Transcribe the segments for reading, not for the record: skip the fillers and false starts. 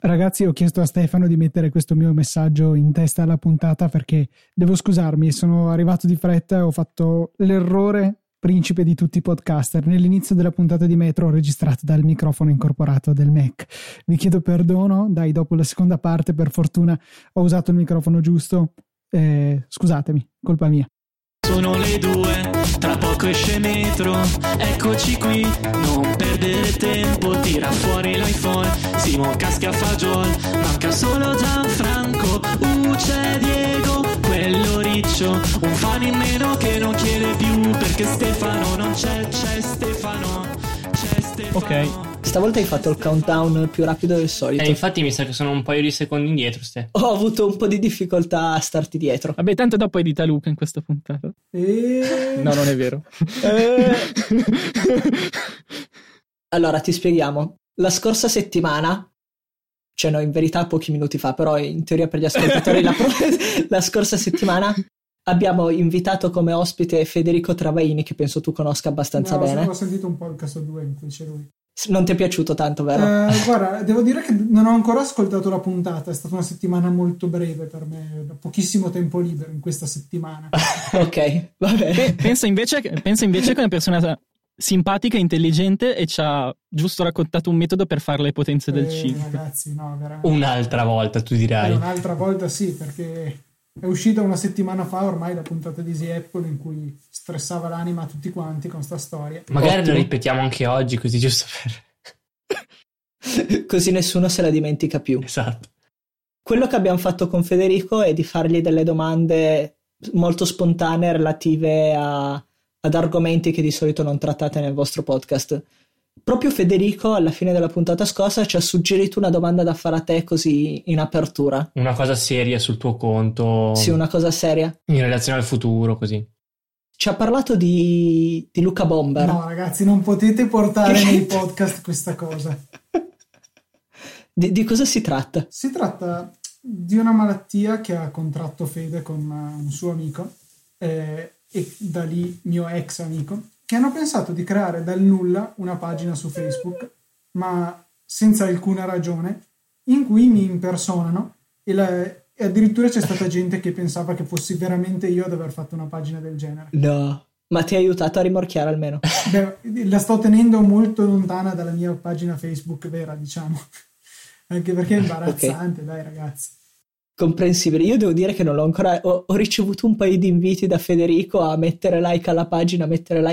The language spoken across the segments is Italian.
Ragazzi, ho chiesto a Stefano di mettere questo mio messaggio in testa alla puntata perché devo scusarmi, sono arrivato di fretta e ho fatto l'errore principe di tutti i podcaster. Nell'inizio della puntata di Metro ho registrato dal microfono incorporato del Mac. Vi chiedo perdono, dai, dopo la seconda parte per fortuna ho usato il microfono giusto. Scusatemi, colpa mia. Sono le 2, tra poco esce Metro, eccoci qui, non perdere tempo, tira fuori l'iPhone, Simo casca fagiol, manca solo Gianfranco, c'è Diego, quello riccio, un fan in meno che non chiede più, perché Stefano non c'è Stefano, c'è Stefano. Ok. Stavolta hai fatto il countdown più rapido del solito. Infatti mi sa che sono un paio di secondi indietro, Ho avuto un po' di difficoltà a starti dietro. Vabbè, tanto dopo edita Luca in questa puntata. No, non è vero. Allora, ti spieghiamo. La scorsa settimana, cioè no, in verità pochi minuti fa, però in teoria per gli ascoltatori la scorsa settimana abbiamo invitato come ospite Federico Travaini, che penso tu conosca abbastanza bene. Ho sentito un podcast 2 in cui c'è lui. Non ti è piaciuto tanto, vero? Guarda, devo dire che non ho ancora ascoltato la puntata, è stata una settimana molto breve per me, pochissimo tempo libero in questa settimana. Ok, va bene. Pensa invece che è una persona simpatica, intelligente e ci ha giusto raccontato un metodo per fare le potenze del 5. Ragazzi, no, veramente. Un'altra volta, tu dirai. Un'altra volta sì, perché è uscita una settimana fa ormai la puntata di Easy Apple in cui stressava l'anima a tutti quanti con sta storia. Magari lo ripetiamo anche oggi, così giusto per... Così nessuno se la dimentica più. Esatto. Quello che abbiamo fatto con Federico è di fargli delle domande molto spontanee relative ad argomenti che di solito non trattate nel vostro podcast. Proprio Federico alla fine della puntata scorsa ci ha suggerito una domanda da fare a te così in apertura. Una cosa seria sul tuo conto. Sì, una cosa seria. In relazione al futuro, così. Ci ha parlato di Luca Bomber. No ragazzi, non potete portare nei podcast questa cosa. Di cosa si tratta? Si tratta di una malattia che ha contratto Fede con un suo amico e da lì mio ex amico, che hanno pensato di creare dal nulla una pagina su Facebook, ma senza alcuna ragione, in cui mi impersonano e addirittura c'è stata gente che pensava che fossi veramente io ad aver fatto una pagina del genere. No, ma ti ha aiutato a rimorchiare almeno? Beh, la sto tenendo molto lontana dalla mia pagina Facebook vera, diciamo, anche perché è imbarazzante, okay. Dai ragazzi. Comprensibile. Io devo dire che non l'ho ancora... Ho ricevuto un paio di inviti da Federico a mettere like alla pagina,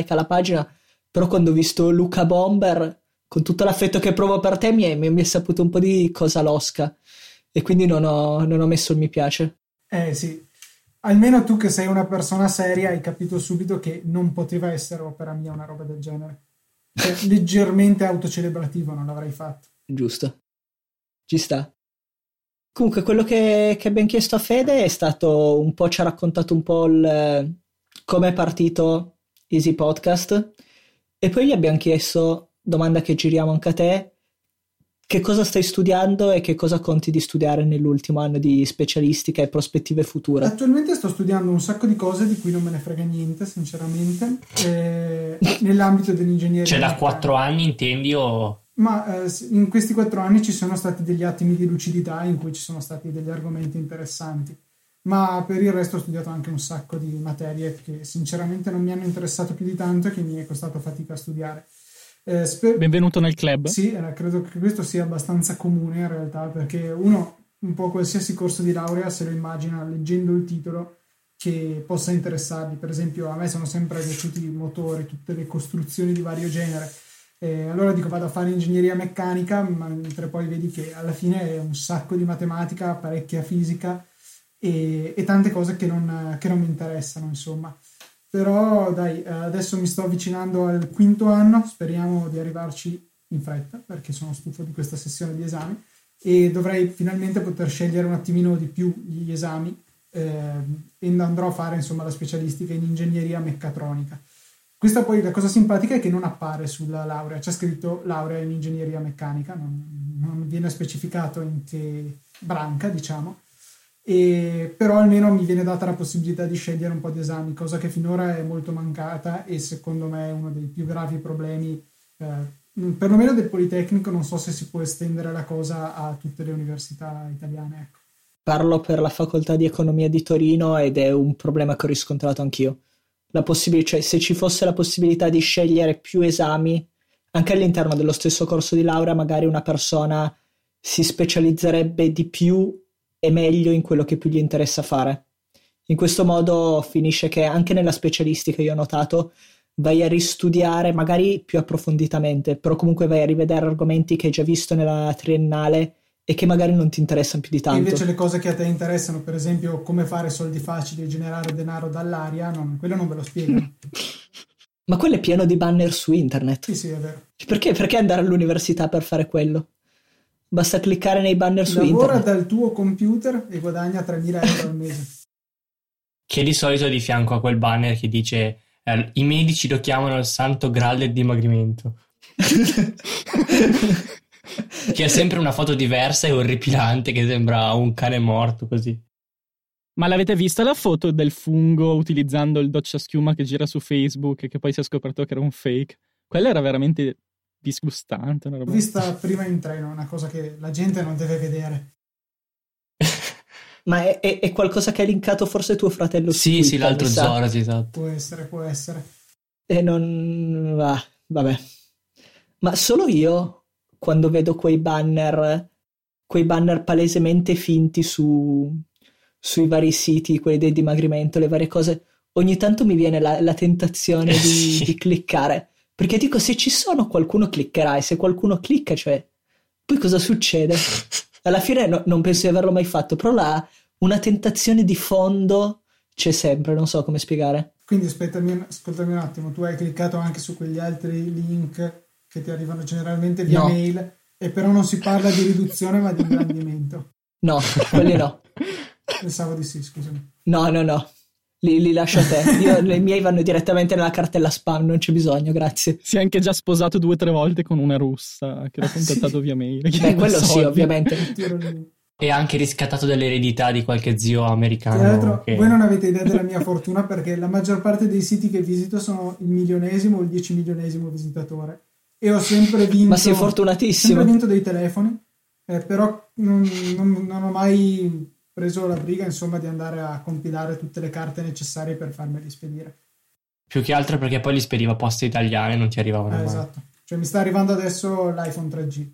però quando ho visto Luca Bomber, con tutto l'affetto che provo per te, mi è saputo un po' di cosa losca e quindi non ho messo il mi piace. Sì, almeno tu che sei una persona seria hai capito subito che non poteva essere opera mia una roba del genere. Cioè, leggermente autocelebrativo non l'avrei fatto. Giusto, ci sta. Comunque quello che abbiamo chiesto a Fede è stato un po', ci ha raccontato un po' come è partito Easy Podcast e poi gli abbiamo chiesto, domanda che giriamo anche a te, che cosa stai studiando e che cosa conti di studiare nell'ultimo anno di specialistica e prospettive future? Attualmente sto studiando un sacco di cose di cui non me ne frega niente, sinceramente, nell'ambito dell'ingegneria. Cioè da 4 anni intendi o... Ma in questi 4 anni ci sono stati degli attimi di lucidità in cui ci sono stati degli argomenti interessanti, ma per il resto ho studiato anche un sacco di materie che sinceramente non mi hanno interessato più di tanto e che mi è costato fatica a studiare. Benvenuto nel club. Sì, credo che questo sia abbastanza comune in realtà, perché uno un po' qualsiasi corso di laurea se lo immagina leggendo il titolo che possa interessargli. Per esempio a me sono sempre piaciuti i motori, tutte le costruzioni di vario genere. Allora dico vado a fare ingegneria meccanica, mentre poi vedi che alla fine è un sacco di matematica, parecchia fisica e tante cose che non mi interessano, insomma. Però dai, adesso mi sto avvicinando al 5º anno, speriamo di arrivarci in fretta perché sono stufo di questa sessione di esami e dovrei finalmente poter scegliere un attimino di più gli esami e andrò a fare insomma la specialistica in ingegneria meccatronica. Questa poi la cosa simpatica è che non appare sulla laurea, c'è scritto laurea in ingegneria meccanica, non viene specificato in che branca, diciamo, però almeno mi viene data la possibilità di scegliere un po' di esami, cosa che finora è molto mancata e secondo me è uno dei più gravi problemi perlomeno del Politecnico, non so se si può estendere la cosa a tutte le università italiane, ecco. Parlo per la facoltà di economia di Torino ed è un problema che ho riscontrato anch'io. Cioè, se ci fosse la possibilità di scegliere più esami, anche all'interno dello stesso corso di laurea, magari una persona si specializzerebbe di più e meglio in quello che più gli interessa fare. In questo modo finisce che anche nella specialistica, io ho notato, vai a ristudiare magari più approfonditamente, però comunque vai a rivedere argomenti che hai già visto nella triennale e che magari non ti interessano più di tanto. E invece le cose che a te interessano, per esempio come fare soldi facili e generare denaro dall'aria, quello non ve lo spiegano. Ma quello è pieno di banner su internet. Sì, è vero. Perché andare all'università per fare quello? Basta cliccare nei banner su Lavora internet. dal tuo computer e guadagna 3.000 euro al mese. Che di solito è di fianco a quel banner che dice i medici lo chiamano il santo graal del dimagrimento. Che è sempre una foto diversa e orripilante, che sembra un cane morto così. Ma l'avete vista la foto del fungo utilizzando il doccia schiuma che gira su Facebook e che poi si è scoperto che era un fake? Quella era veramente disgustante. Una roba. L'ho vista prima in treno, una cosa che la gente non deve vedere. Ma è qualcosa che hai linkato forse tuo fratello su Sì, Twitter, sì, l'altro mi sa. Zoro, sì, esatto. Può essere. E non... vabbè. Ma solo io, quando vedo quei banner palesemente finti sui vari siti, quelli del dimagrimento, le varie cose, ogni tanto mi viene la tentazione Sì. di cliccare. Perché dico, se ci sono qualcuno cliccherà, e se qualcuno clicca, cioè, poi cosa succede? Alla fine non penso di averlo mai fatto, però una tentazione di fondo c'è sempre, non so come spiegare. Quindi ascoltami un attimo, tu hai cliccato anche su quegli altri link che ti arrivano generalmente via No. mail, e però non si parla di riduzione ma di ingrandimento. No, quelli no. Pensavo di sì, scusami. No. Li lascio a te. Le miei vanno direttamente nella cartella spam, non c'è bisogno, grazie. Si è anche già sposato 2 o 3 volte con una russa che l'ha contattato via mail. Beh, quello sì, ovviamente. Tiro lì. E anche riscattato dell'eredità di qualche zio americano. Tra l'altro, che- voi non avete idea della mia fortuna, perché la maggior parte dei siti che visito sono il 1.000.000 o il 10.000.000 visitatore, e ho sempre vinto. Ma sei sempre fortunatissimo. vinto dei telefoni, però non ho mai preso la briga, insomma, di andare a compilare tutte le carte necessarie per farmeli spedire. Più che altro perché poi li spediva Poste Italiane e non ti arrivavano mai. Esatto. Cioè mi sta arrivando adesso l'iPhone 3G.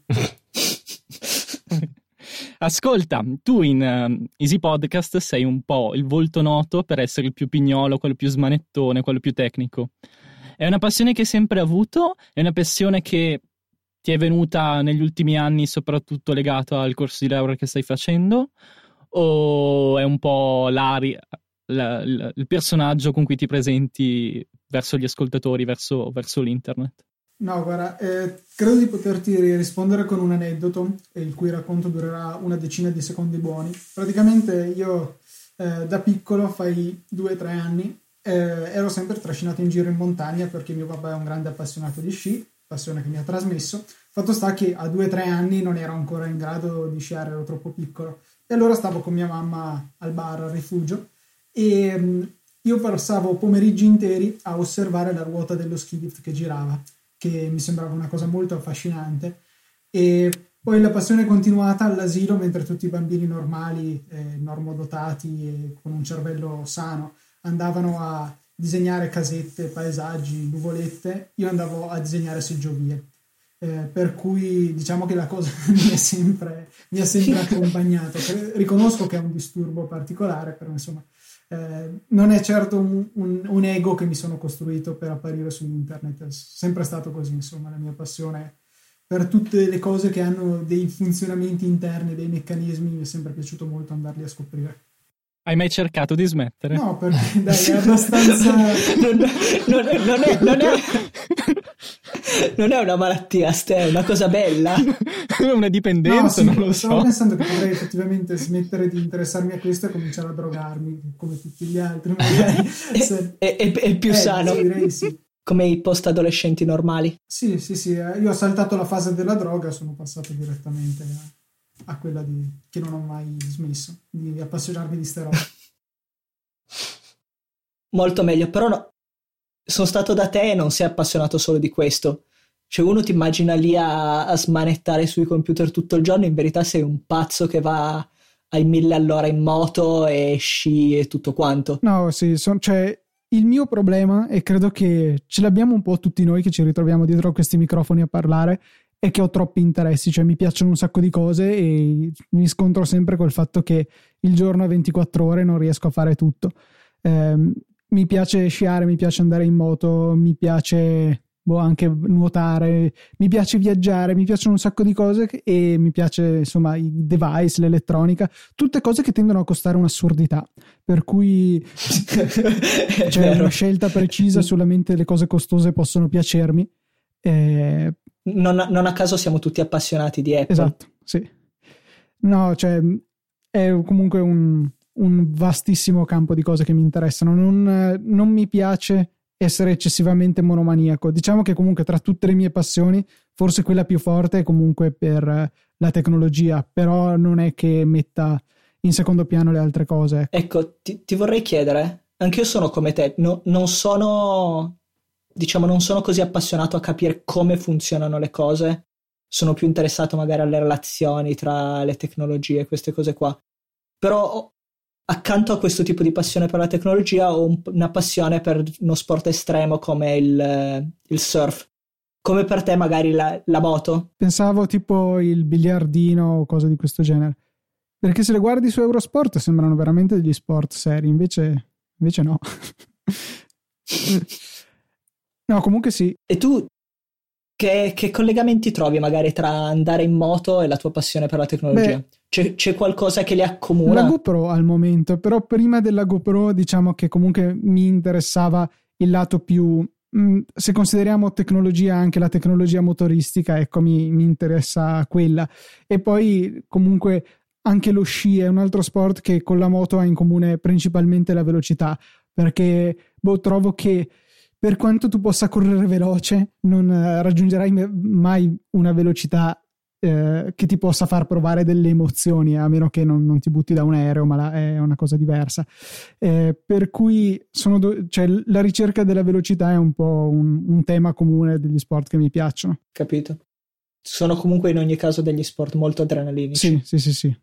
Ascolta, tu in Easy Podcast sei un po' il volto noto per essere il più pignolo, quello più smanettone, quello più tecnico. È una passione che hai sempre avuto? È una passione che ti è venuta negli ultimi anni, soprattutto legata al corso di laurea che stai facendo? O è un po' il personaggio con cui ti presenti verso gli ascoltatori, verso l'internet? No, guarda, credo di poterti rispondere con un aneddoto, il cui racconto durerà una decina di secondi buoni. Praticamente io da piccolo, fai 2-3 anni, ero sempre trascinato in giro in montagna perché mio papà è un grande appassionato di sci, passione che mi ha trasmesso. Fatto sta che a 2-3 anni non ero ancora in grado di sciare, ero troppo piccolo. E allora stavo con mia mamma al bar, al rifugio, e io passavo pomeriggi interi a osservare la ruota dello ski lift che girava, che mi sembrava una cosa molto affascinante. E poi la passione è continuata all'asilo, mentre tutti i bambini normali, normodotati e con un cervello sano andavano a disegnare casette, paesaggi, nuvolette, io andavo a disegnare seggiovie. Per cui diciamo che la cosa mi ha sempre accompagnato. Riconosco che è un disturbo particolare, però insomma non è certo un ego che mi sono costruito per apparire su internet. È sempre stato così, insomma. La mia passione per tutte le cose che hanno dei funzionamenti interni, dei meccanismi, mi è sempre piaciuto molto andarli a scoprire. Hai mai cercato di smettere? No, perché dai, è abbastanza... Non è una malattia, Ste, è una cosa bella. È una dipendenza, No, sì, non lo stavo so. pensando che potrei effettivamente smettere di interessarmi a questo e cominciare a drogarmi come tutti gli altri. Magari. È più sano. Sì, direi sì. Come i post-adolescenti normali. Sì. Io ho saltato la fase della droga, sono passato direttamente a quella che non ho mai smesso, di appassionarmi di ste robe. Molto meglio, però no, sono stato da te e non sei appassionato solo di questo. Cioè uno ti immagina lì a smanettare sui computer tutto il giorno, in verità sei un pazzo che va ai 1000 all'ora in moto e sci e tutto quanto. No, sì, cioè il mio problema, e credo che ce l'abbiamo un po' tutti noi che ci ritroviamo dietro a questi microfoni a parlare, è che ho troppi interessi, cioè mi piacciono un sacco di cose e mi scontro sempre col fatto che il giorno ha 24 ore e non riesco a fare tutto. Mi piace sciare, mi piace andare in moto, mi piace anche nuotare, mi piace viaggiare, mi piacciono un sacco di cose e mi piace insomma i device, l'elettronica, tutte cose che tendono a costare un'assurdità, per cui c'è una scelta precisa, solamente le cose costose possono piacermi. Non a caso siamo tutti appassionati di Apple. Esatto, sì. No, cioè è comunque un vastissimo campo di cose che mi interessano. Non mi piace essere eccessivamente monomaniaco. Diciamo che comunque tra tutte le mie passioni, forse quella più forte è comunque per la tecnologia, però non è che metta in secondo piano le altre cose. Ecco, ti vorrei chiedere, anche io sono come te, non sono così appassionato a capire come funzionano le cose, sono più interessato magari alle relazioni tra le tecnologie, queste cose qua. Però accanto a questo tipo di passione per la tecnologia ho una passione per uno sport estremo come il surf. Come per te magari la moto? Pensavo tipo il biliardino o cose di questo genere, perché se le guardi su Eurosport sembrano veramente degli sport seri, invece no. No, comunque sì. E tu che collegamenti trovi magari tra andare in moto e la tua passione per la tecnologia? C'è qualcosa che li accomuna? La GoPro al momento, però prima della GoPro diciamo che comunque mi interessava il lato più, se consideriamo tecnologia anche la tecnologia motoristica, ecco, mi interessa quella. E poi comunque anche lo sci è un altro sport che con la moto ha in comune principalmente la velocità, perché trovo che per quanto tu possa correre veloce, non raggiungerai mai una velocità che ti possa far provare delle emozioni, a meno che non ti butti da un aereo, ma è una cosa diversa. Per cui cioè, la ricerca della velocità è un po' un tema comune degli sport che mi piacciono. Capito. Sono comunque in ogni caso degli sport molto adrenalinici. Sì.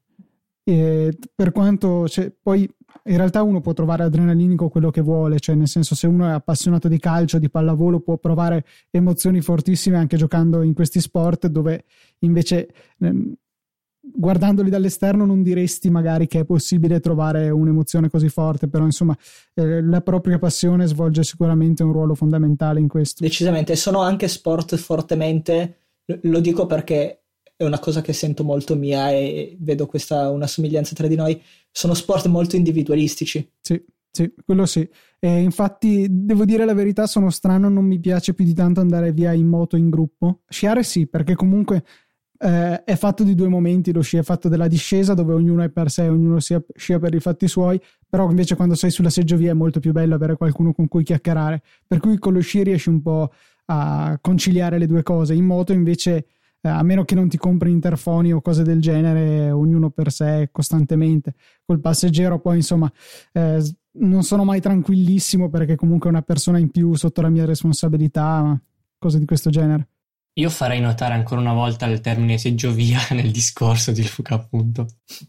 Per quanto poi in realtà uno può trovare adrenalinico quello che vuole, cioè nel senso, se uno è appassionato di calcio, di pallavolo, può provare emozioni fortissime anche giocando in questi sport, dove invece guardandoli dall'esterno non diresti magari che è possibile trovare un'emozione così forte, però insomma la propria passione svolge sicuramente un ruolo fondamentale in questo. Decisamente, sono anche sport fortemente, lo dico perché è una cosa che sento molto mia e vedo una somiglianza tra di noi, sono sport molto individualistici. Sì, quello sì. E infatti devo dire la verità, sono strano, non mi piace più di tanto andare via in moto in gruppo. Sciare sì, perché comunque è fatto di due momenti, lo sci è fatto della discesa dove ognuno è per sé, ognuno scia per i fatti suoi, però invece quando sei sulla seggiovia è molto più bello avere qualcuno con cui chiacchierare, per cui con lo sci riesci un po' a conciliare le due cose. In moto invece, a meno che non ti compri interfoni o cose del genere, ognuno per sé costantemente. Col passeggero poi insomma non sono mai tranquillissimo, perché comunque è una persona in più sotto la mia responsabilità, cose di questo genere. Io farei notare ancora una volta il termine seggiovia nel discorso di Luca, appunto.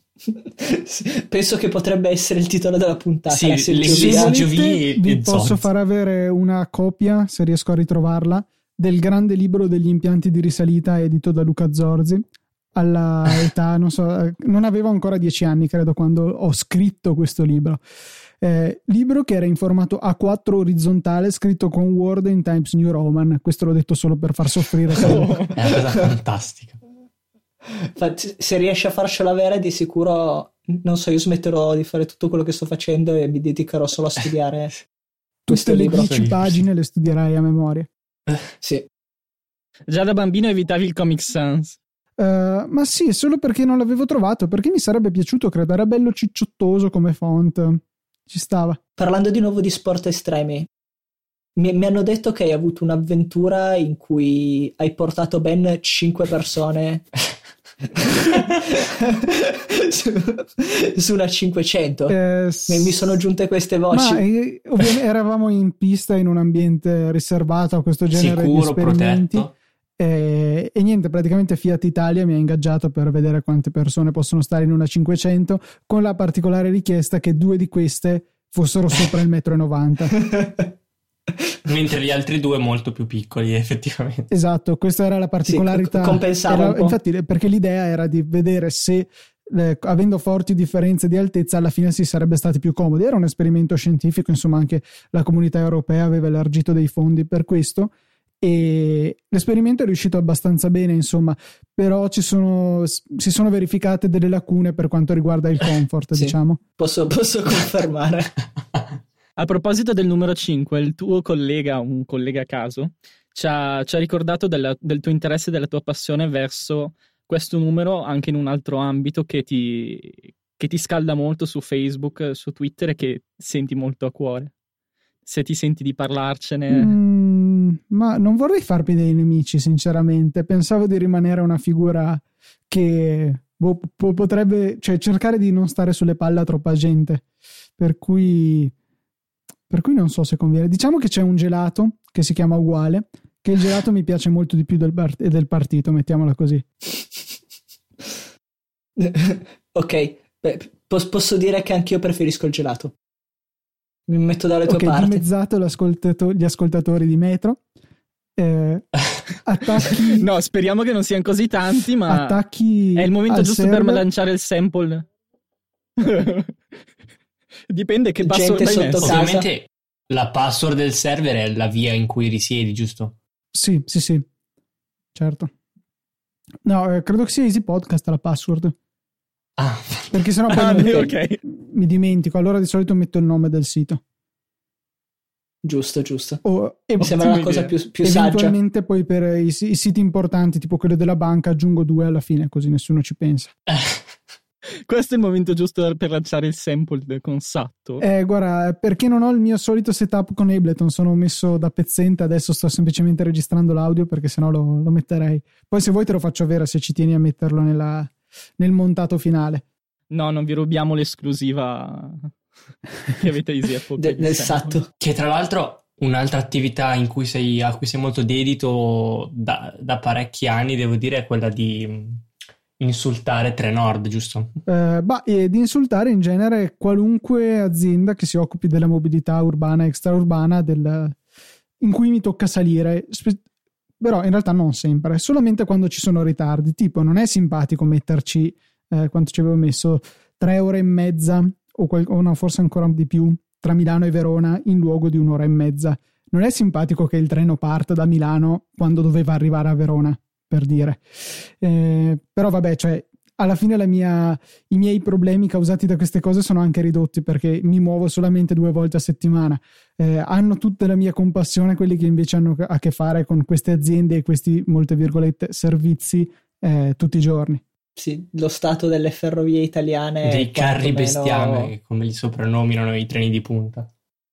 Penso che potrebbe essere il titolo della puntata. Sì, le seggiovie vi posso far avere una copia, se riesco a ritrovarla, del grande libro degli impianti di risalita edito da Luca Zorzi. Alla età, non avevo ancora 10 anni credo quando ho scritto questo libro. Libro che era in formato A4 orizzontale, scritto con Word in Times New Roman. Questo l'ho detto solo per far soffrire. È una cosa fantastica. Infatti, se riesci a farcela avere, di sicuro, non so, io smetterò di fare tutto quello che sto facendo e mi dedicherò solo a studiare tutte le 10 pagine le studierai a memoria. Sì. Già da bambino evitavi il Comic Sans. Ma sì, solo perché non l'avevo trovato, perché mi sarebbe piaciuto, credo, era bello cicciottoso come font, ci stava. Parlando di nuovo di sport estremi, mi hanno detto che hai avuto un'avventura in cui hai portato ben 5 persone su una 500. Mi sono giunte queste voci. Ma ovviamente eravamo in pista in un ambiente riservato a questo genere sicuro, di esperimenti. protetto. E niente, praticamente Fiat Italia mi ha ingaggiato per vedere quante persone possono stare in una 500, con la particolare richiesta che 2 di queste fossero sopra il 1,90 m. Mentre gli altri 2 molto più piccoli, effettivamente. Esatto, questa era la particolarità. Sì, compensava un po'. Infatti, perché l'idea era di vedere se avendo forti differenze di altezza alla fine si sarebbe stati più comodi. Era un esperimento scientifico, insomma anche la comunità europea aveva elargito dei fondi per questo e l'esperimento è riuscito abbastanza bene, insomma, però si sono verificate delle lacune per quanto riguarda il comfort. Sì, diciamo posso confermare. A proposito del numero 5, il tuo collega, un collega a caso, ci ha ricordato del tuo interesse e della tua passione verso questo numero anche in un altro ambito che ti scalda molto su Facebook, su Twitter e che senti molto a cuore. Se ti senti di parlarcene. Ma non vorrei farmi dei nemici, sinceramente. Pensavo di rimanere una figura che potrebbe, cioè, cercare di non stare sulle palle a troppa gente. Per cui non so se conviene. Diciamo che c'è un gelato che si chiama Uguale, che il gelato mi piace molto di più del partito, mettiamola così. Ok, posso dire che anch'io preferisco il gelato. Mi metto dalle tue parti. Dimezzato gli ascoltatori di Metro. Attacchi. No, speriamo che non siano così tanti, ma attacchi è il momento giusto server. per lanciare il sample. Dipende che password Gente hai sotto messo. casa. Ovviamente la password del server è la via in cui risiedi, giusto? Sì, certo. No, credo che sia Easy Podcast la password. Ah, perché sennò poi ok. mi dimentico. Allora di solito metto il nome del sito. Giusto. Mi Mi sembra una cosa più saggia. Eventualmente poi per i siti importanti, tipo quello della banca, aggiungo 2 alla fine, così nessuno ci pensa. Questo è il momento giusto per lanciare il sample con Satto. Guarda, perché non ho il mio solito setup con Ableton, sono messo da pezzente, adesso sto semplicemente registrando l'audio perché sennò lo metterei. Poi se vuoi te lo faccio avere se ci tieni a metterlo nel montato finale. No, non vi rubiamo l'esclusiva che avete Easy Apple del Satto. Che tra l'altro un'altra attività a cui sei molto dedito da parecchi anni, devo dire, è quella di insultare Trenord, giusto? Di insultare in genere qualunque azienda che si occupi della mobilità urbana e extraurbana in cui mi tocca salire. Però in realtà non sempre, solamente quando ci sono ritardi. Tipo, non è simpatico metterci quanto ci avevo messo 3 ore e mezza o no, forse ancora di più tra Milano e Verona in luogo di 1 ora e mezza. Non è simpatico che il treno parta da Milano quando doveva arrivare a Verona, per dire. Però vabbè, cioè alla fine i miei problemi causati da queste cose sono anche ridotti perché mi muovo solamente 2 volte a settimana. Hanno tutta la mia compassione quelli che invece hanno a che fare con queste aziende e questi, molte virgolette, servizi tutti i giorni. Sì, lo stato delle ferrovie italiane. Dei carri bestiame, come li soprannominano i treni di punta.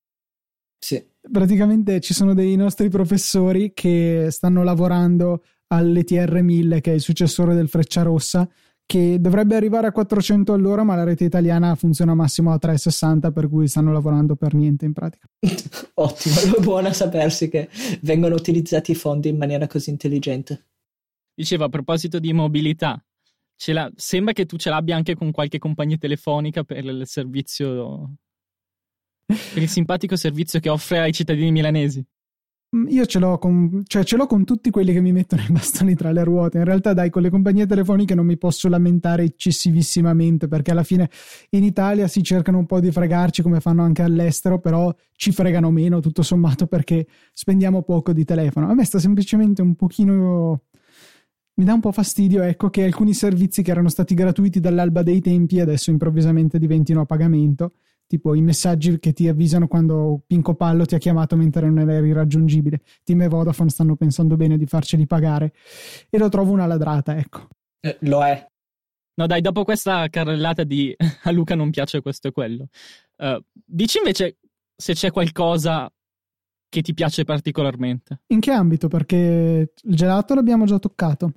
Sì. Praticamente ci sono dei nostri professori che stanno lavorando all'ETR 1000, che è il successore del Frecciarossa, che dovrebbe arrivare a 400 all'ora, ma la rete italiana funziona massimo a 360, per cui stanno lavorando per niente in pratica. Ottimo, buono sapersi che vengono utilizzati i fondi in maniera così intelligente. Dicevo, a proposito di mobilità, sembra che tu ce l'abbia anche con qualche compagnia telefonica per il servizio, per il simpatico servizio che offre ai cittadini milanesi. Io ce l'ho con tutti quelli che mi mettono i bastoni tra le ruote. In realtà dai, con le compagnie telefoniche non mi posso lamentare eccessivissimamente, perché alla fine in Italia si cercano un po' di fregarci come fanno anche all'estero, però ci fregano meno tutto sommato perché spendiamo poco di telefono. A me sta semplicemente un pochino, mi dà un po' fastidio, ecco, che alcuni servizi che erano stati gratuiti dall'alba dei tempi adesso improvvisamente diventino a pagamento. Tipo i messaggi che ti avvisano quando Pinco Pallo ti ha chiamato mentre non eri raggiungibile. Team e Vodafone stanno pensando bene di farceli pagare e lo trovo una ladrata, ecco. Lo è. No dai, dopo questa carrellata di a Luca non piace questo e quello, dici invece se c'è qualcosa che ti piace particolarmente. In che ambito? Perché il gelato l'abbiamo già toccato.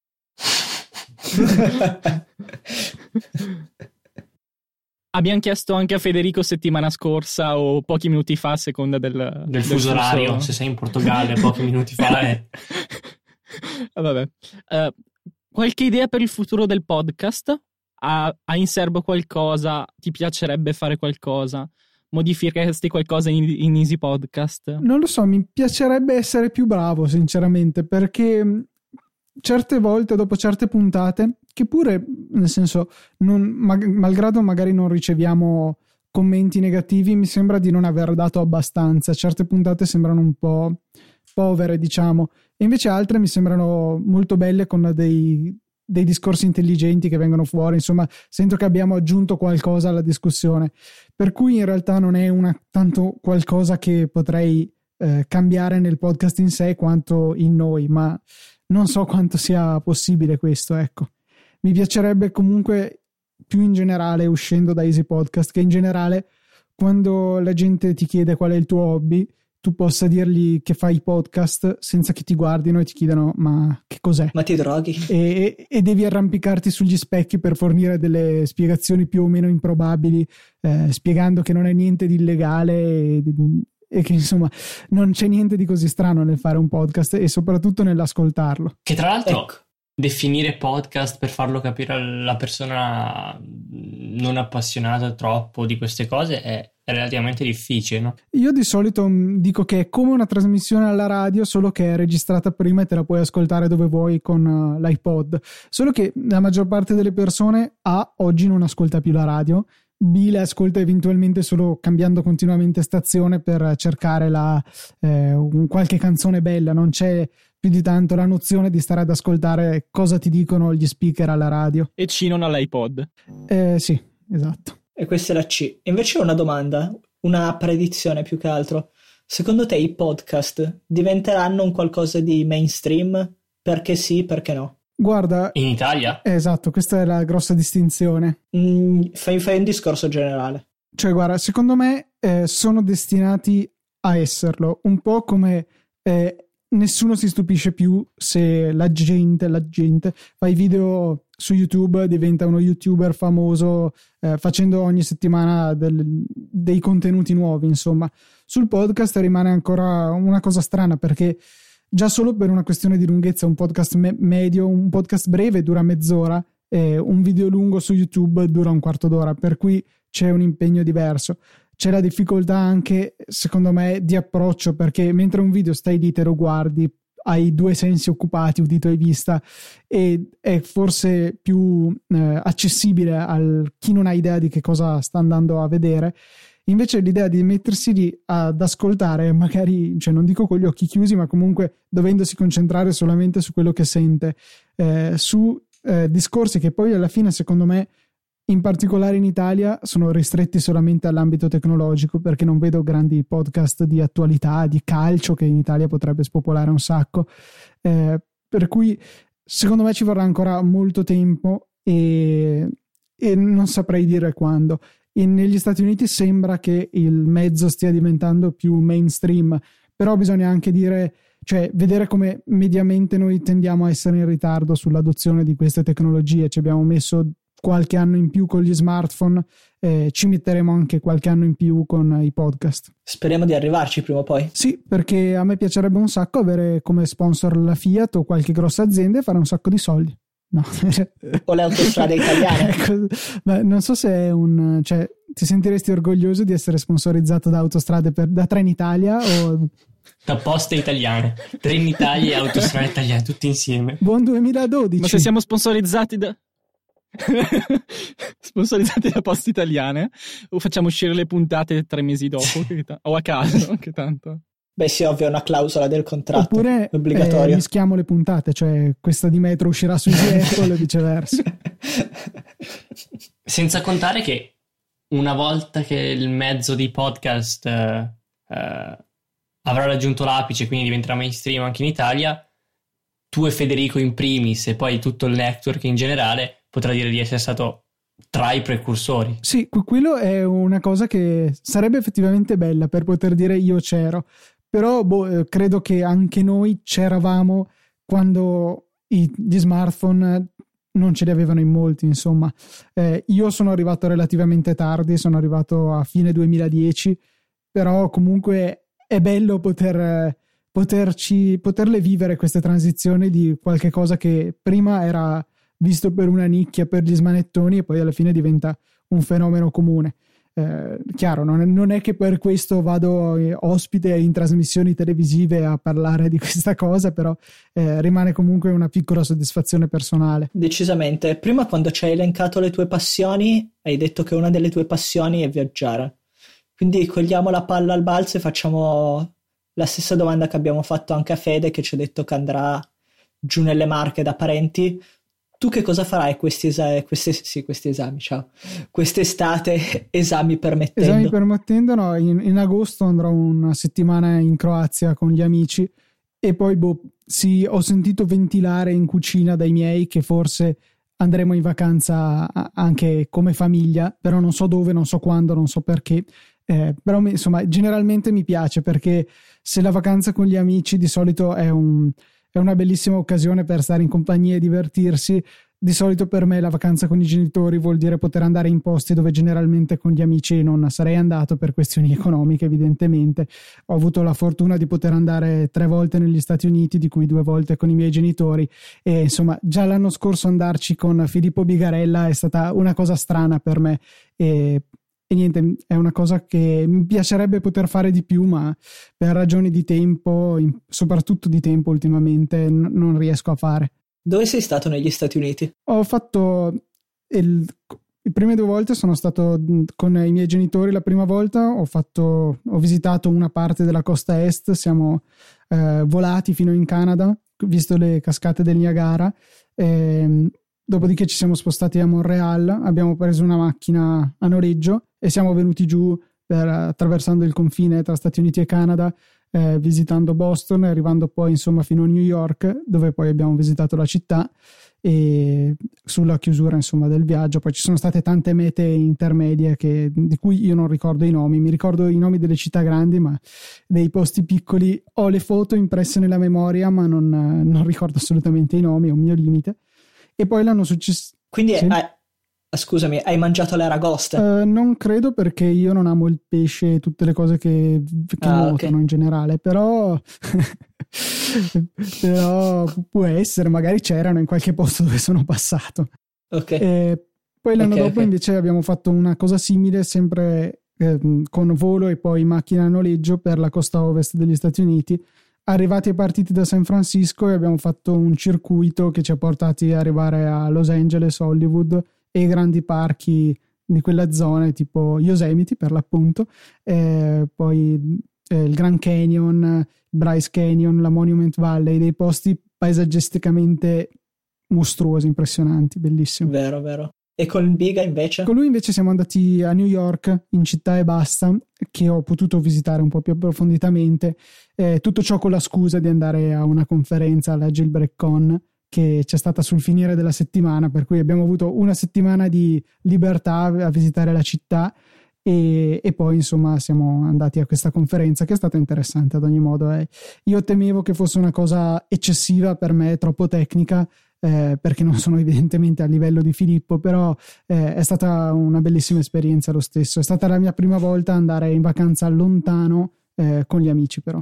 Abbiamo chiesto anche a Federico settimana scorsa o pochi minuti fa a seconda del fuso orario, se sei in Portogallo pochi minuti fa Vabbè. Qualche idea per il futuro del podcast? Ha in serbo qualcosa? Ti piacerebbe fare qualcosa? Modificheresti qualcosa in Easy Podcast? Non lo so, mi piacerebbe essere più bravo, sinceramente, perché certe volte, dopo certe puntate, che pure, nel senso, malgrado magari non riceviamo commenti negativi, mi sembra di non aver dato abbastanza. Certe puntate sembrano un po' povere, diciamo, e invece altre mi sembrano molto belle, con dei discorsi intelligenti che vengono fuori. Insomma, sento che abbiamo aggiunto qualcosa alla discussione, per cui in realtà non è tanto qualcosa che potrei cambiare nel podcast in sé quanto in noi, ma non so quanto sia possibile questo, ecco. Mi piacerebbe comunque più in generale, uscendo da Easy Podcast, che in generale quando la gente ti chiede qual è il tuo hobby, tu possa dirgli che fai podcast senza che ti guardino e ti chiedano ma che cos'è? Ma ti droghi? E devi arrampicarti sugli specchi per fornire delle spiegazioni più o meno improbabili, spiegando che non è niente di illegale e che insomma non c'è niente di così strano nel fare un podcast e soprattutto nell'ascoltarlo. Che tra l'altro, ecco, definire podcast per farlo capire alla persona non appassionata troppo di queste cose è relativamente difficile, no? Io di solito dico che è come una trasmissione alla radio, solo che è registrata prima e te la puoi ascoltare dove vuoi con l'iPod. Solo che la maggior parte delle persone oggi non ascolta più la radio, B le ascolta eventualmente solo cambiando continuamente stazione per cercare qualche canzone bella. Non c'è più di tanto la nozione di stare ad ascoltare cosa ti dicono gli speaker alla radio. E C non all'iPod. Sì, esatto. E questa è la C. Invece ho una domanda, una predizione più che altro. Secondo te i podcast diventeranno un qualcosa di mainstream? Perché sì, perché no? Guarda, in Italia? Esatto, questa è la grossa distinzione. Fai un discorso generale. Cioè, guarda, secondo me sono destinati a esserlo, un po' come nessuno si stupisce più se la gente fa i video su YouTube, diventa uno YouTuber famoso facendo ogni settimana dei contenuti nuovi. Insomma, sul podcast rimane ancora una cosa strana, perché già solo per una questione di lunghezza un podcast medio, un podcast breve dura mezz'ora, un video lungo su YouTube dura un quarto d'ora, per cui c'è un impegno diverso. C'è la difficoltà anche, secondo me, di approccio, perché mentre un video stai lì, te lo guardi, hai due sensi occupati, udito e vista, e è forse più accessibile a chi non ha idea di che cosa sta andando a vedere. Invece l'idea di mettersi lì ad ascoltare, magari, cioè non dico con gli occhi chiusi, ma comunque dovendosi concentrare solamente su quello che sente, su discorsi che poi alla fine, secondo me, in particolare in Italia, sono ristretti solamente all'ambito tecnologico, perché non vedo grandi podcast di attualità, di calcio, che in Italia potrebbe spopolare un sacco, per cui secondo me ci vorrà ancora molto tempo e non saprei dire quando. Negli Stati Uniti sembra che il mezzo stia diventando più mainstream, però bisogna anche vedere come mediamente noi tendiamo a essere in ritardo sull'adozione di queste tecnologie. Ci abbiamo messo qualche anno in più con gli smartphone, ci metteremo anche qualche anno in più con i podcast. Speriamo di arrivarci prima o poi. Sì, perché a me piacerebbe un sacco avere come sponsor la Fiat o qualche grossa azienda e fare un sacco di soldi. No. O le autostrade italiane. Ecco, ma non so se è ti sentiresti orgoglioso di essere sponsorizzato da autostrade da Trenitalia o da Poste Italiane, Trenitalia e Autostrade Italiane, tutti insieme. Buon 2012. Ma se siamo sponsorizzati da Poste Italiane, o facciamo uscire le puntate 3 mesi dopo o a caso, che tanto. Beh sì, ovvio, è una clausola del contratto. Oppure obbligatorio. Mischiamo le puntate, cioè questa di Metro uscirà su Apple e viceversa. Senza contare che una volta che il mezzo di podcast avrà raggiunto l'apice, quindi diventerà mainstream anche in Italia, tu e Federico in primis e poi tutto il network in generale potrà dire di essere stato tra i precursori. Sì, quello è una cosa che sarebbe effettivamente bella, per poter dire io c'ero. Però credo che anche noi c'eravamo quando gli smartphone non ce li avevano in molti, insomma. Io sono arrivato relativamente tardi, sono arrivato a fine 2010, però comunque è bello poter poterle vivere queste transizioni di qualche cosa che prima era visto per una nicchia, per gli smanettoni, e poi alla fine diventa un fenomeno comune. Chiaro, non è che per questo vado ospite in trasmissioni televisive a parlare di questa cosa, però rimane comunque una piccola soddisfazione personale. Decisamente. Prima, quando ci hai elencato le tue passioni, hai detto che una delle tue passioni è viaggiare. Quindi cogliamo la palla al balzo e facciamo la stessa domanda che abbiamo fatto anche a Fede, che ci ha detto che andrà giù nelle Marche da parenti. Tu che cosa farai questi esami, ciao, quest'estate, esami permettendo? Esami permettendo, no, in agosto andrò una settimana in Croazia con gli amici, e poi ho sentito ventilare in cucina dai miei che forse andremo in vacanza anche come famiglia, però non so dove, non so quando, non so perché. Però insomma generalmente mi piace, perché se la vacanza con gli amici di solito è una bellissima occasione per stare in compagnia e divertirsi. Di solito per me la vacanza con i genitori vuol dire poter andare in posti dove generalmente con gli amici non sarei andato per questioni economiche, evidentemente. Ho avuto la fortuna di poter andare 3 volte negli Stati Uniti, di cui 2 volte con i miei genitori, e insomma già l'anno scorso andarci con Filippo Bigarella è stata una cosa strana per me, e niente, è una cosa che mi piacerebbe poter fare di più, ma per ragioni di tempo, soprattutto di tempo ultimamente, non riesco a fare. Dove sei stato negli Stati Uniti? Ho fatto le prime 2 volte sono stato con i miei genitori. La prima volta ho visitato una parte della costa est, siamo volati fino in Canada, visto le cascate del Niagara. Dopodiché ci siamo spostati a Montreal, abbiamo preso una macchina a noleggio e siamo venuti giù attraversando il confine tra Stati Uniti e Canada, visitando Boston, arrivando poi insomma fino a New York, dove poi abbiamo visitato la città, e sulla chiusura insomma del viaggio poi ci sono state tante mete intermedie di cui io non ricordo i nomi. Mi ricordo i nomi delle città grandi, ma dei posti piccoli ho le foto impresse nella memoria, ma non ricordo assolutamente i nomi, è un mio limite. E poi l'anno successivo... Quindi scusami, hai mangiato le aragoste? Non credo, perché io non amo il pesce e tutte le cose che nuotano, okay, in generale, però può essere, magari c'erano in qualche posto dove sono passato. Ok. Poi l'anno dopo invece abbiamo fatto una cosa simile, sempre con volo e poi macchina a noleggio per la costa ovest degli Stati Uniti. Arrivati e partiti da San Francisco, e abbiamo fatto un circuito che ci ha portati ad arrivare a Los Angeles, Hollywood e i grandi parchi di quella zona, tipo Yosemite per l'appunto, poi il Grand Canyon, Bryce Canyon, la Monument Valley, dei posti paesaggisticamente mostruosi, impressionanti, bellissimo. Vero. E con Biga invece? Con lui invece siamo andati a New York, in città e basta, che ho potuto visitare un po' più approfonditamente, tutto ciò con la scusa di andare a una conferenza alla Jailbreak-Con che c'è stata sul finire della settimana, per cui abbiamo avuto una settimana di libertà a visitare la città, e poi insomma siamo andati a questa conferenza che è stata interessante ad ogni modo. Io temevo che fosse una cosa eccessiva per me, troppo tecnica, perché non sono evidentemente a livello di Filippo, però è stata una bellissima esperienza lo stesso. È stata la mia prima volta andare in vacanza lontano con gli amici, però.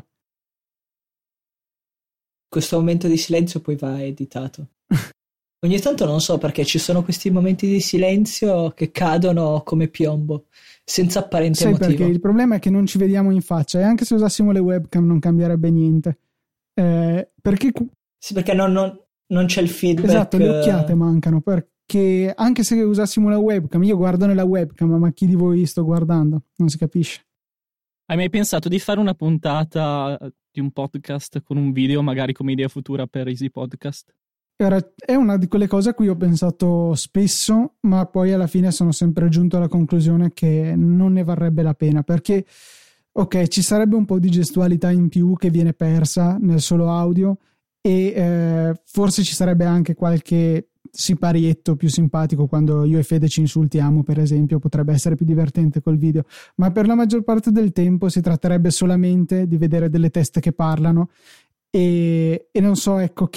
Questo momento di silenzio poi va editato. Ogni tanto non so perché ci sono questi momenti di silenzio che cadono come piombo, senza apparente motivo. Perché il problema è che non ci vediamo in faccia, e anche se usassimo le webcam non cambierebbe niente. Perché... Sì, perché non c'è il feedback. Esatto, le occhiate mancano, perché anche se usassimo la webcam, io guardo nella webcam, ma chi di voi sto guardando? Non si capisce. Hai mai pensato di fare una puntata di un podcast con un video, magari come idea futura per Easy Podcast? È una di quelle cose a cui ho pensato spesso, ma poi alla fine sono sempre giunto alla conclusione che non ne varrebbe la pena, perché ok, ci sarebbe un po' di gestualità in più che viene persa nel solo audio, e forse ci sarebbe anche qualche siparietto più simpatico quando io e Fede ci insultiamo, per esempio, potrebbe essere più divertente col video, ma per la maggior parte del tempo si tratterebbe solamente di vedere delle teste che parlano, e non so, ecco,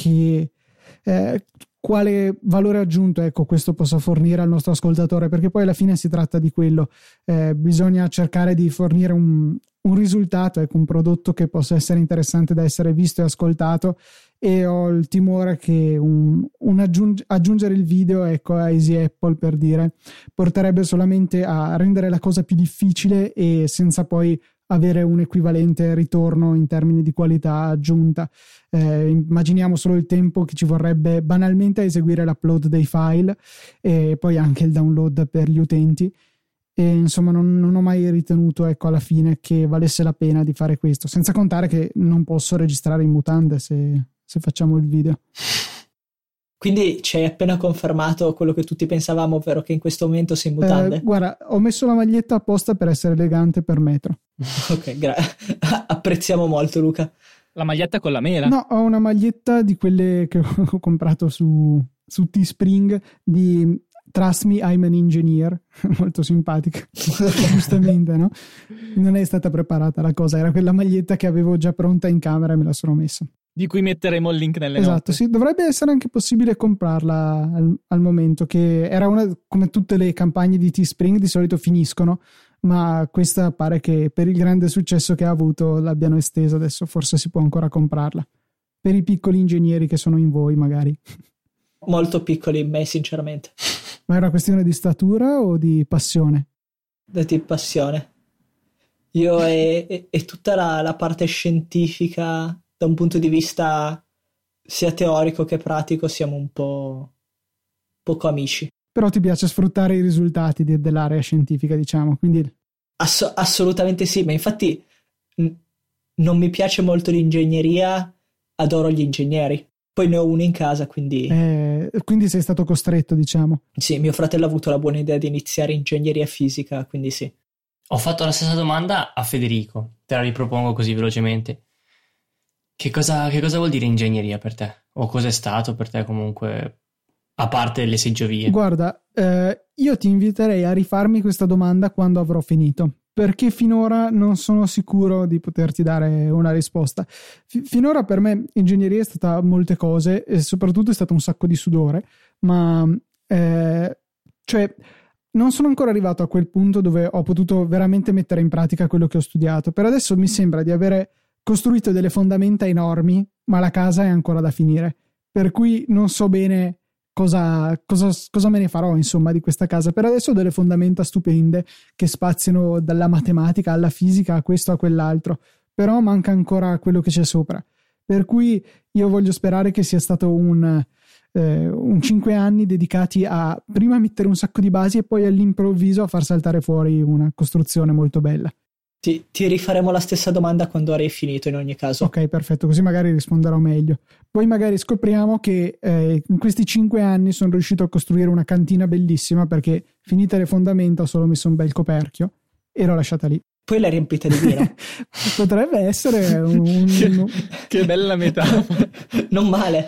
quale valore aggiunto, ecco, questo possa fornire al nostro ascoltatore, perché poi alla fine si tratta di quello. Bisogna cercare di fornire un risultato, ecco, un prodotto che possa essere interessante da essere visto e ascoltato, e ho il timore che aggiungere il video, ecco, a Easy Apple, per dire, porterebbe solamente a rendere la cosa più difficile e senza poi avere un equivalente ritorno in termini di qualità aggiunta. Immaginiamo solo il tempo che ci vorrebbe banalmente a eseguire l'upload dei file e poi anche il download per gli utenti, e insomma non ho mai ritenuto, ecco, alla fine che valesse la pena di fare questo, senza contare che non posso registrare in mutande se facciamo il video. Quindi ci hai appena confermato quello che tutti pensavamo, ovvero che in questo momento sei in mutande? Guarda, ho messo la maglietta apposta per essere elegante per Metro. Ok, apprezziamo molto, Luca. La maglietta con la mela? No, ho una maglietta di quelle che ho comprato su Teespring di Trust Me, I'm an Engineer, molto simpatica. Giustamente, no? Non è stata preparata la cosa, era quella maglietta che avevo già pronta in camera e me la sono messa. Di cui metteremo il link nelle note. note. Sì, dovrebbe essere anche possibile comprarla al momento, che era come tutte le campagne di Teespring di solito finiscono, ma questa pare che per il grande successo che ha avuto l'abbiano estesa, adesso forse si può ancora comprarla. Per i piccoli ingegneri che sono in voi, magari. Molto piccoli in me, sinceramente. Ma è una questione di statura o di passione? Di passione. Io e tutta la parte scientifica, da un punto di vista sia teorico che pratico, siamo un po' poco amici. Però ti piace sfruttare i risultati dell'area scientifica, diciamo, quindi... Assolutamente sì, ma infatti non mi piace molto l'ingegneria, adoro gli ingegneri. Poi ne ho uno in casa, quindi... Quindi sei stato costretto, diciamo. Sì, mio fratello ha avuto la buona idea di iniziare ingegneria fisica, quindi sì. Ho fatto la stessa domanda a Federico, te la ripropongo così velocemente. Che cosa vuol dire ingegneria per te? O cos'è stato per te comunque, a parte le seggiovie? Guarda, io ti inviterei a rifarmi questa domanda quando avrò finito, perché finora non sono sicuro di poterti dare una risposta. Finora per me ingegneria è stata molte cose e soprattutto è stato un sacco di sudore, ma cioè non sono ancora arrivato a quel punto dove ho potuto veramente mettere in pratica quello che ho studiato. Per adesso mi sembra di avere costruito delle fondamenta enormi, ma la casa è ancora da finire, per cui non so bene cosa me ne farò, insomma, di questa casa. Per adesso ho delle fondamenta stupende che spaziano dalla matematica alla fisica a questo a quell'altro, però manca ancora quello che c'è sopra, per cui io voglio sperare che sia stato un 5 anni dedicati a prima mettere un sacco di basi e poi all'improvviso a far saltare fuori una costruzione molto bella. Ti rifaremo la stessa domanda quando avrei finito, in ogni caso. Ok, perfetto, così magari risponderò meglio. Poi magari scopriamo che in questi 5 anni sono riuscito a costruire una cantina bellissima, perché finite le fondamenta ho solo messo un bel coperchio e l'ho lasciata lì. Poi l'hai riempita di birra. Potrebbe essere Che bella metafora. Non male.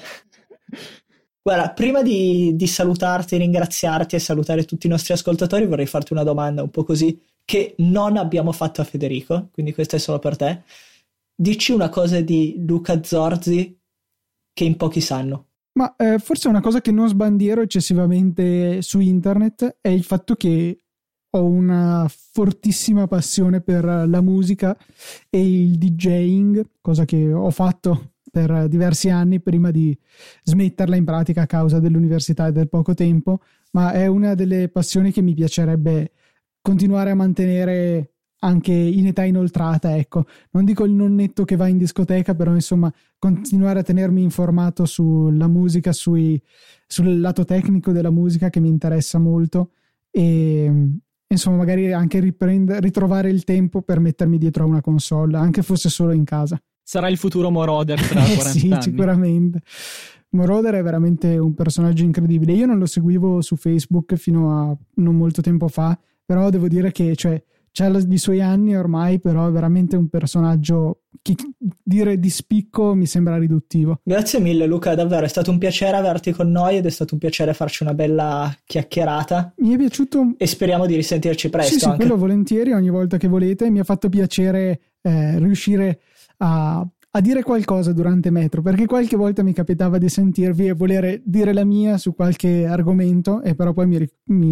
Guarda, prima di salutarti, ringraziarti e salutare tutti i nostri ascoltatori, vorrei farti una domanda un po' così, che non abbiamo fatto a Federico, quindi questa è solo per te. Dici una cosa di Luca Zorzi che in pochi sanno. Ma forse una cosa che non sbandiero eccessivamente su internet è il fatto che ho una fortissima passione per la musica e il DJing, cosa che ho fatto per diversi anni prima di smetterla in pratica a causa dell'università e del poco tempo, ma è una delle passioni che mi piacerebbe continuare a mantenere anche in età inoltrata, ecco. Non dico il nonnetto che va in discoteca, però insomma continuare a tenermi informato sulla musica, sul lato tecnico della musica, che mi interessa molto, e insomma magari anche ritrovare il tempo per mettermi dietro a una console, anche fosse solo in casa. Sarà il futuro Moroder tra 40 sì, anni. Sicuramente. Moroder è veramente un personaggio incredibile. Io non lo seguivo su Facebook fino a non molto tempo fa, però devo dire che c'ha i suoi anni ormai, però è veramente un personaggio che dire di spicco mi sembra riduttivo. Grazie mille Luca, davvero è stato un piacere averti con noi ed è stato un piacere farci una bella chiacchierata. Mi è piaciuto e speriamo di risentirci presto. Sì, anche. Quello volentieri, ogni volta che volete. Mi ha fatto piacere riuscire a dire qualcosa durante Metro, perché qualche volta mi capitava di sentirvi e volere dire la mia su qualche argomento, e però poi mi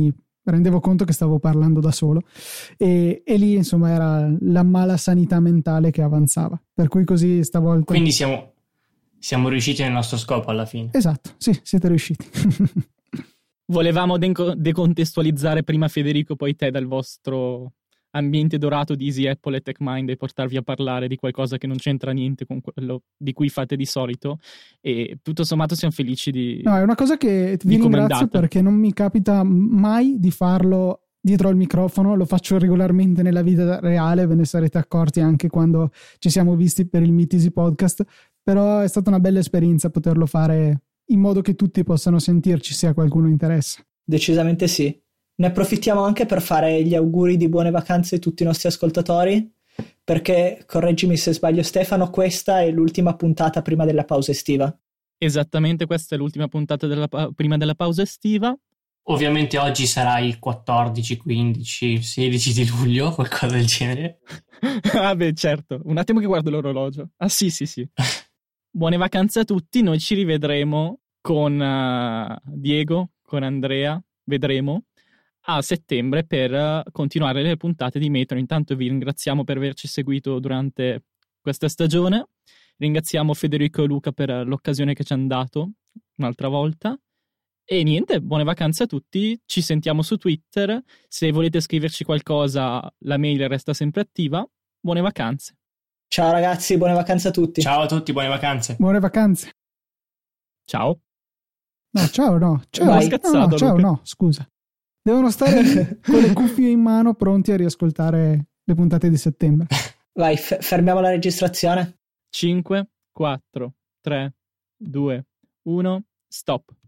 rendevo conto che stavo parlando da solo e lì insomma era la mala sanità mentale che avanzava, per cui così stavolta... Quindi siamo riusciti nel nostro scopo alla fine. Esatto, sì, siete riusciti. Volevamo decontestualizzare prima Federico, poi te dal vostro ambiente dorato di Easy Apple e TechMind e portarvi a parlare di qualcosa che non c'entra niente con quello di cui fate di solito, e tutto sommato siamo felici di... No, è una cosa che vi ringrazio perché non mi capita mai di farlo dietro al microfono, lo faccio regolarmente nella vita reale, ve ne sarete accorti anche quando ci siamo visti per il Meet Easy Podcast, però è stata una bella esperienza poterlo fare in modo che tutti possano sentirci se a qualcuno interessa. Decisamente sì. Ne approfittiamo anche per fare gli auguri di buone vacanze a tutti i nostri ascoltatori, perché, correggimi se sbaglio Stefano, questa è l'ultima puntata prima della pausa estiva. Esattamente, questa è l'ultima puntata prima della pausa estiva. Ovviamente oggi sarà il 14, 15, 16 di luglio, qualcosa del genere. Ah beh, certo, un attimo che guardo l'orologio. Ah sì. Buone vacanze a tutti, noi ci rivedremo con Diego, con Andrea, vedremo, a settembre per continuare le puntate di Metro. Intanto vi ringraziamo per averci seguito durante questa stagione, ringraziamo Federico e Luca per l'occasione che ci hanno dato un'altra volta e niente, buone vacanze a tutti, ci sentiamo su Twitter, se volete scriverci qualcosa la mail resta sempre attiva. Buone vacanze. Ciao ragazzi, buone vacanze a tutti. Ciao a tutti, buone vacanze. Buone vacanze. Ciao. No, ciao, no. Ciao, Vai. Scazzato, ciao, Luca. no, scusa. Devono stare lì, con le cuffie in mano pronti a riascoltare le puntate di settembre. Vai, fermiamo la registrazione. 5, 4, 3, 2, 1, stop.